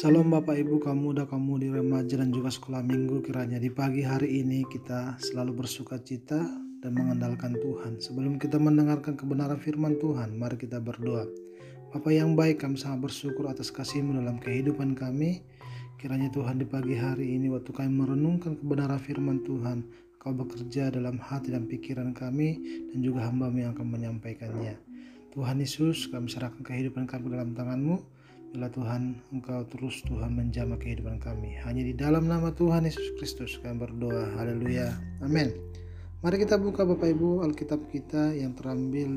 Salam Bapak Ibu, kamu muda, kamu di remaja dan juga sekolah minggu. Kiranya di pagi hari ini kita selalu bersuka cita dan mengandalkan Tuhan. Sebelum kita mendengarkan kebenaran firman Tuhan, mari kita berdoa. Bapa yang baik, kami sangat bersyukur atas kasih-Mu dalam kehidupan kami. Kiranya Tuhan di pagi hari ini waktu kami merenungkan kebenaran firman Tuhan, Kau bekerja dalam hati dan pikiran kami dan juga hamba-Mu yang akan menyampaikannya. Tuhan Yesus, kami serahkan kehidupan kami dalam tangan-Mu. Bila Tuhan, Engkau terus Tuhan menjamah kehidupan kami. Hanya di dalam nama Tuhan Yesus Kristus kami berdoa. Haleluya. Amin. Mari kita buka Bapak Ibu Alkitab kita yang terambil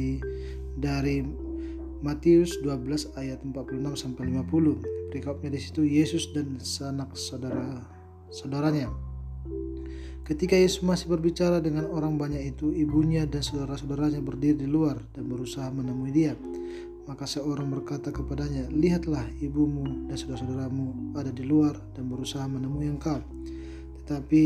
dari Matius 12 ayat 46 sampai 50. Perikopnya di situ Yesus dan sanak saudaranya. Ketika Yesus masih berbicara dengan orang banyak itu, ibunya dan saudara-saudaranya berdiri di luar dan berusaha menemui dia. Maka seorang berkata kepadanya, "Lihatlah, ibumu dan saudara-saudaramu ada di luar dan berusaha menemui engkau." Tetapi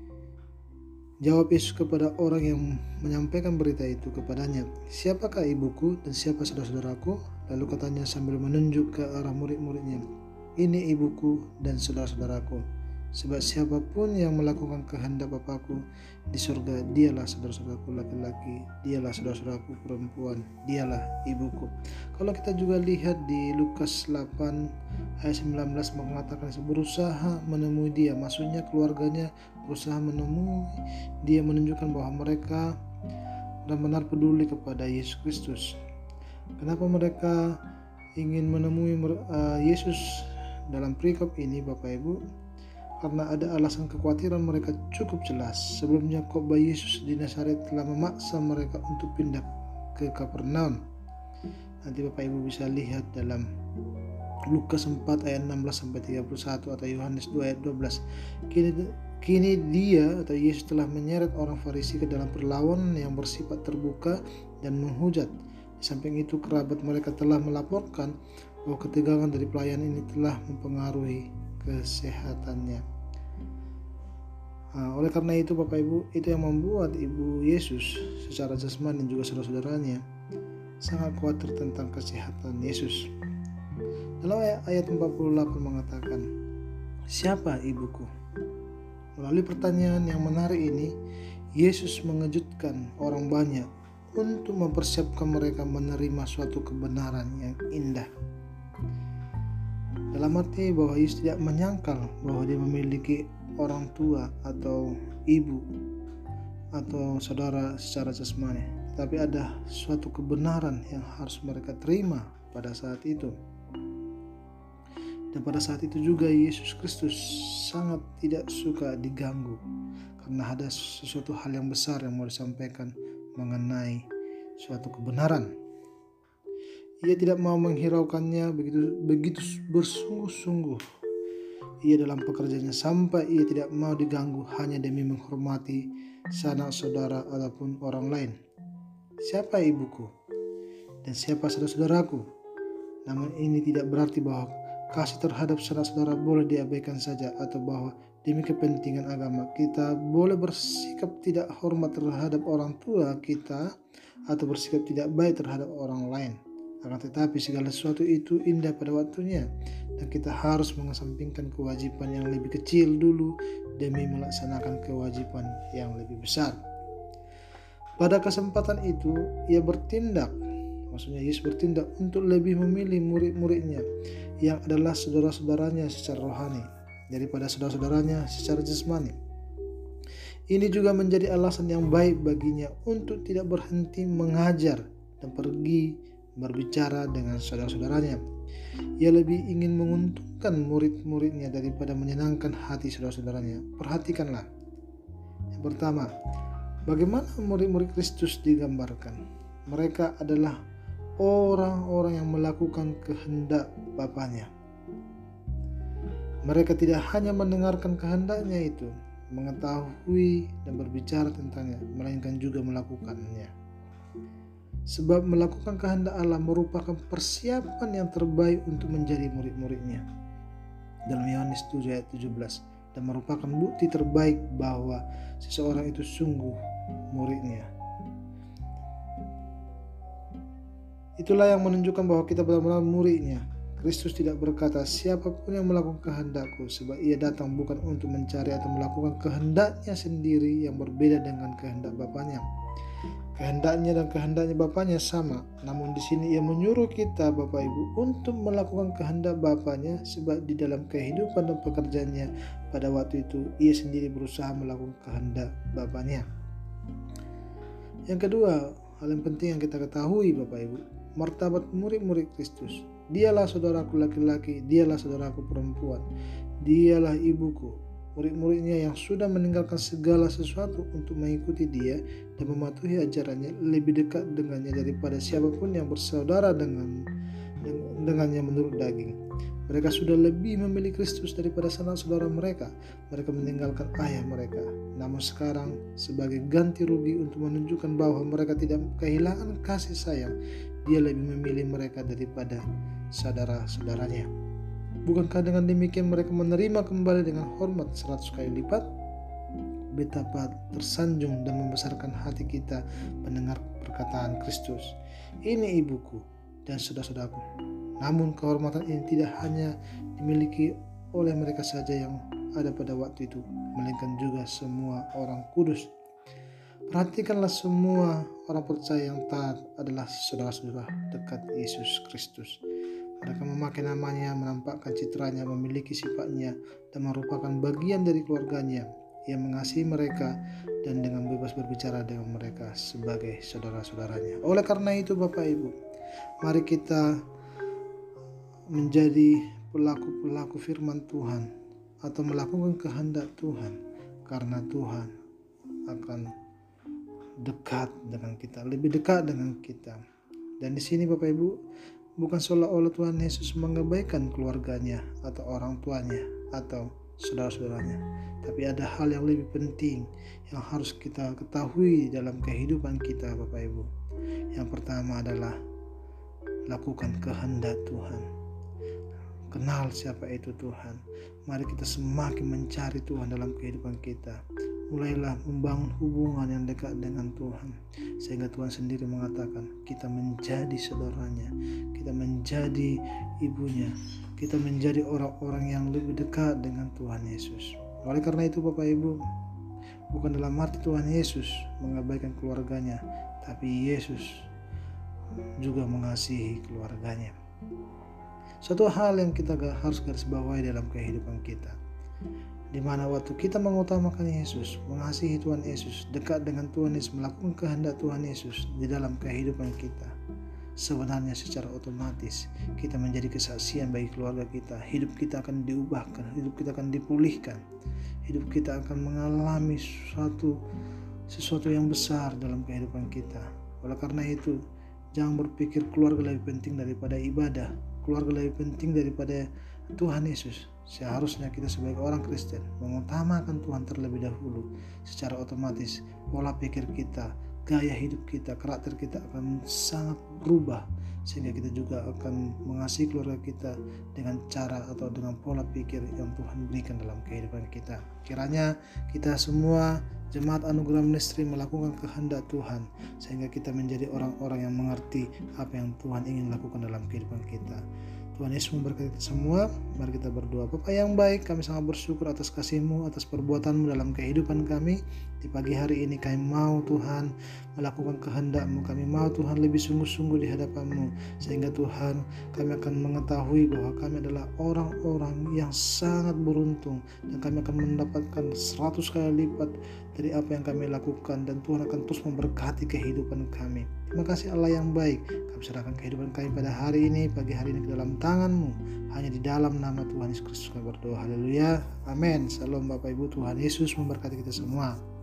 jawab Yesus kepada orang yang menyampaikan berita itu kepadanya, "Siapakah ibuku dan siapa saudara-saudaraku?" Lalu katanya sambil menunjuk ke arah murid-muridnya, "Ini ibuku dan saudara-saudaraku. Sebab siapapun yang melakukan kehendak Bapakku di surga, dialah saudara-saudaraku laki-laki, dialah saudara-saudaraku perempuan, dialah ibuku." Kalau kita juga lihat di Lukas 8 ayat 19 mengatakan berusaha menemui dia, maksudnya keluarganya berusaha menemui dia, menunjukkan bahwa mereka benar-benar peduli kepada Yesus Kristus. Kenapa mereka ingin menemui Yesus dalam perikop ini Bapak Ibu? Karena ada alasan kekhawatiran mereka cukup jelas. Sebelumnya khotbah Yesus di Nazaret telah memaksa mereka untuk pindah ke Kapernaum. Nanti Bapak Ibu bisa lihat dalam Lukas 4 ayat 16 sampai 31 atau Yohanes 2 ayat 12. Kini dia atau Yesus telah menyeret orang Farisi ke dalam perlawanan yang bersifat terbuka dan menghujat. Di samping itu kerabat mereka telah melaporkan bahwa ketegangan dari pelayan ini telah mempengaruhi kesehatannya. Oleh karena itu Bapak Ibu, itu yang membuat Ibu Yesus secara jasmani dan juga saudara-saudaranya sangat khawatir tentang kesehatan Yesus. Dalam ayat 48 mengatakan, "Siapa ibuku?" Melalui pertanyaan yang menarik ini, Yesus mengejutkan orang banyak untuk mempersiapkan mereka menerima suatu kebenaran yang indah. Dalam arti bahwa Yesus tidak menyangkal bahwa dia memiliki orang tua atau ibu atau saudara secara jasmani, tapi ada suatu kebenaran yang harus mereka terima pada saat itu. Dan pada saat itu juga Yesus Kristus sangat tidak suka diganggu karena ada sesuatu hal yang besar yang mau disampaikan mengenai suatu kebenaran. Ia tidak mau menghiraukannya begitu bersungguh-sungguh. Ia dalam pekerjaannya sampai ia tidak mau diganggu hanya demi menghormati sanak saudara ataupun orang lain. Siapa ibuku dan siapa saudara-saudaraku? Namun ini tidak berarti bahwa kasih terhadap sanak saudara boleh diabaikan saja atau bahwa demi kepentingan agama kita boleh bersikap tidak hormat terhadap orang tua kita atau bersikap tidak baik terhadap orang lain. Akan tetapi segala sesuatu itu indah pada waktunya dan kita harus mengesampingkan kewajiban yang lebih kecil dulu demi melaksanakan kewajiban yang lebih besar. Pada kesempatan itu ia bertindak, maksudnya Yesus bertindak untuk lebih memilih murid-muridnya yang adalah saudara-saudaranya secara rohani daripada saudara-saudaranya secara jasmani. Ini juga menjadi alasan yang baik baginya untuk tidak berhenti mengajar dan pergi berbicara dengan saudara-saudaranya. Ia lebih ingin menguntungkan murid-muridnya daripada menyenangkan hati saudara-saudaranya. Perhatikanlah. Yang pertama, bagaimana murid-murid Kristus digambarkan? Mereka adalah orang-orang yang melakukan kehendak Bapanya. Mereka tidak hanya mendengarkan kehendaknya itu, mengetahui dan berbicara tentangnya, melainkan juga melakukannya. Sebab melakukan kehendak Allah merupakan persiapan yang terbaik untuk menjadi murid-muridnya. Dalam Yohanes 7 ayat 17, dan merupakan bukti terbaik bahwa seseorang itu sungguh muridnya. Itulah yang menunjukkan bahwa kita benar-benar muridnya. Kristus tidak berkata, siapapun yang melakukan kehendakku, sebab ia datang bukan untuk mencari atau melakukan kehendaknya sendiri yang berbeda dengan kehendak Bapanya. Kehendaknya dan kehendaknya Bapanya sama, namun di sini ia menyuruh kita Bapak Ibu untuk melakukan kehendak Bapanya, sebab di dalam kehidupan dan pekerjaannya pada waktu itu ia sendiri berusaha melakukan kehendak Bapanya. Yang kedua, hal yang penting yang kita ketahui Bapak Ibu, martabat murid-murid Kristus. Dialah saudaraku laki-laki, dialah saudaraku perempuan, dialah ibuku. Murid-muridnya yang sudah meninggalkan segala sesuatu untuk mengikuti dia dan mematuhi ajarannya lebih dekat dengannya daripada siapapun yang bersaudara dengannya menurut daging. Mereka sudah lebih memilih Kristus daripada sanak saudara mereka. Mereka meninggalkan ayah mereka. Namun sekarang, sebagai ganti rugi untuk menunjukkan bahwa mereka tidak kehilangan kasih sayang, dia lebih memilih mereka daripada saudara-saudaranya. Bukankah dengan demikian mereka menerima kembali dengan hormat 100 kali lipat? Betapa tersanjung dan membesarkan hati kita mendengar perkataan Kristus. Ini ibuku dan saudara-saudaraku. Namun kehormatan ini tidak hanya dimiliki oleh mereka saja yang ada pada waktu itu, melainkan juga semua orang kudus. Perhatikanlah, semua orang percaya yang taat adalah saudara-saudara dekat Yesus Kristus. Mereka memakai namanya, menampakkan citranya, memiliki sifatnya, dan merupakan bagian dari keluarganya. Ia mengasihi mereka dan dengan bebas berbicara dengan mereka sebagai saudara-saudaranya. Oleh karena itu Bapak Ibu, mari kita menjadi pelaku-pelaku firman Tuhan atau melakukan kehendak Tuhan, karena Tuhan akan dekat dengan kita, lebih dekat dengan kita. Dan di sini Bapak Ibu, bukan seolah-olah Tuhan Yesus mengabaikan keluarganya atau orang tuanya atau saudara-saudaranya, tapi ada hal yang lebih penting yang harus kita ketahui dalam kehidupan kita Bapak Ibu. Yang pertama adalah lakukan kehendak Tuhan. Kenal siapa itu Tuhan. Mari kita semakin mencari Tuhan dalam kehidupan kita. Mulailah membangun hubungan yang dekat dengan Tuhan, sehingga Tuhan sendiri mengatakan kita menjadi saudaranya, kita menjadi ibunya, kita menjadi orang-orang yang lebih dekat dengan Tuhan Yesus. Oleh karena itu Bapak Ibu, bukan dalam arti Tuhan Yesus mengabaikan keluarganya, tapi Yesus juga mengasihi keluarganya. Suatu hal yang kita harus garis bawahi dalam kehidupan kita, di mana waktu kita mengutamakan Yesus, mengasihi Tuhan Yesus, dekat dengan Tuhan Yesus, melakukan kehendak Tuhan Yesus di dalam kehidupan kita, sebenarnya secara otomatis kita menjadi kesaksian bagi keluarga kita. Hidup kita akan diubahkan, hidup kita akan dipulihkan, hidup kita akan mengalami sesuatu yang besar dalam kehidupan kita. Oleh karena itu, jangan berpikir keluarga lebih penting daripada ibadah, keluarga lebih penting daripada Tuhan Yesus. Seharusnya kita sebagai orang Kristen mengutamakan Tuhan terlebih dahulu. Secara otomatis pola pikir kita, gaya hidup kita, karakter kita akan sangat berubah, sehingga kita juga akan mengasihi keluarga kita dengan cara atau dengan pola pikir yang Tuhan berikan dalam kehidupan kita. Kiranya kita semua Jemaat Anugerah Ministry melakukan kehendak Tuhan, sehingga kita menjadi orang-orang yang mengerti apa yang Tuhan ingin lakukan dalam kehidupan kita. Tuhan Yesus memberkati kita semua. Mari kita berdoa. Bapa yang baik, kami sangat bersyukur atas kasih-Mu, atas perbuatan-Mu dalam kehidupan kami. Di pagi hari ini kami mau Tuhan melakukan kehendak-Mu. Kami mau Tuhan lebih sungguh-sungguh di hadapan-Mu, sehingga Tuhan kami akan mengetahui bahwa kami adalah orang-orang yang sangat beruntung, dan kami akan mendapatkan 100 kali lipat dari apa yang kami lakukan, dan Tuhan akan terus memberkati kehidupan kami. Terima kasih Allah yang baik. Kami serahkan kehidupan kami pada hari ini, pagi hari ini ke dalam tangan-Mu. Hanya di dalam nama Tuhan Yesus Kristus kami berdoa. Haleluya. Amin. Salam Bapak Ibu. Tuhan Yesus memberkati kita semua.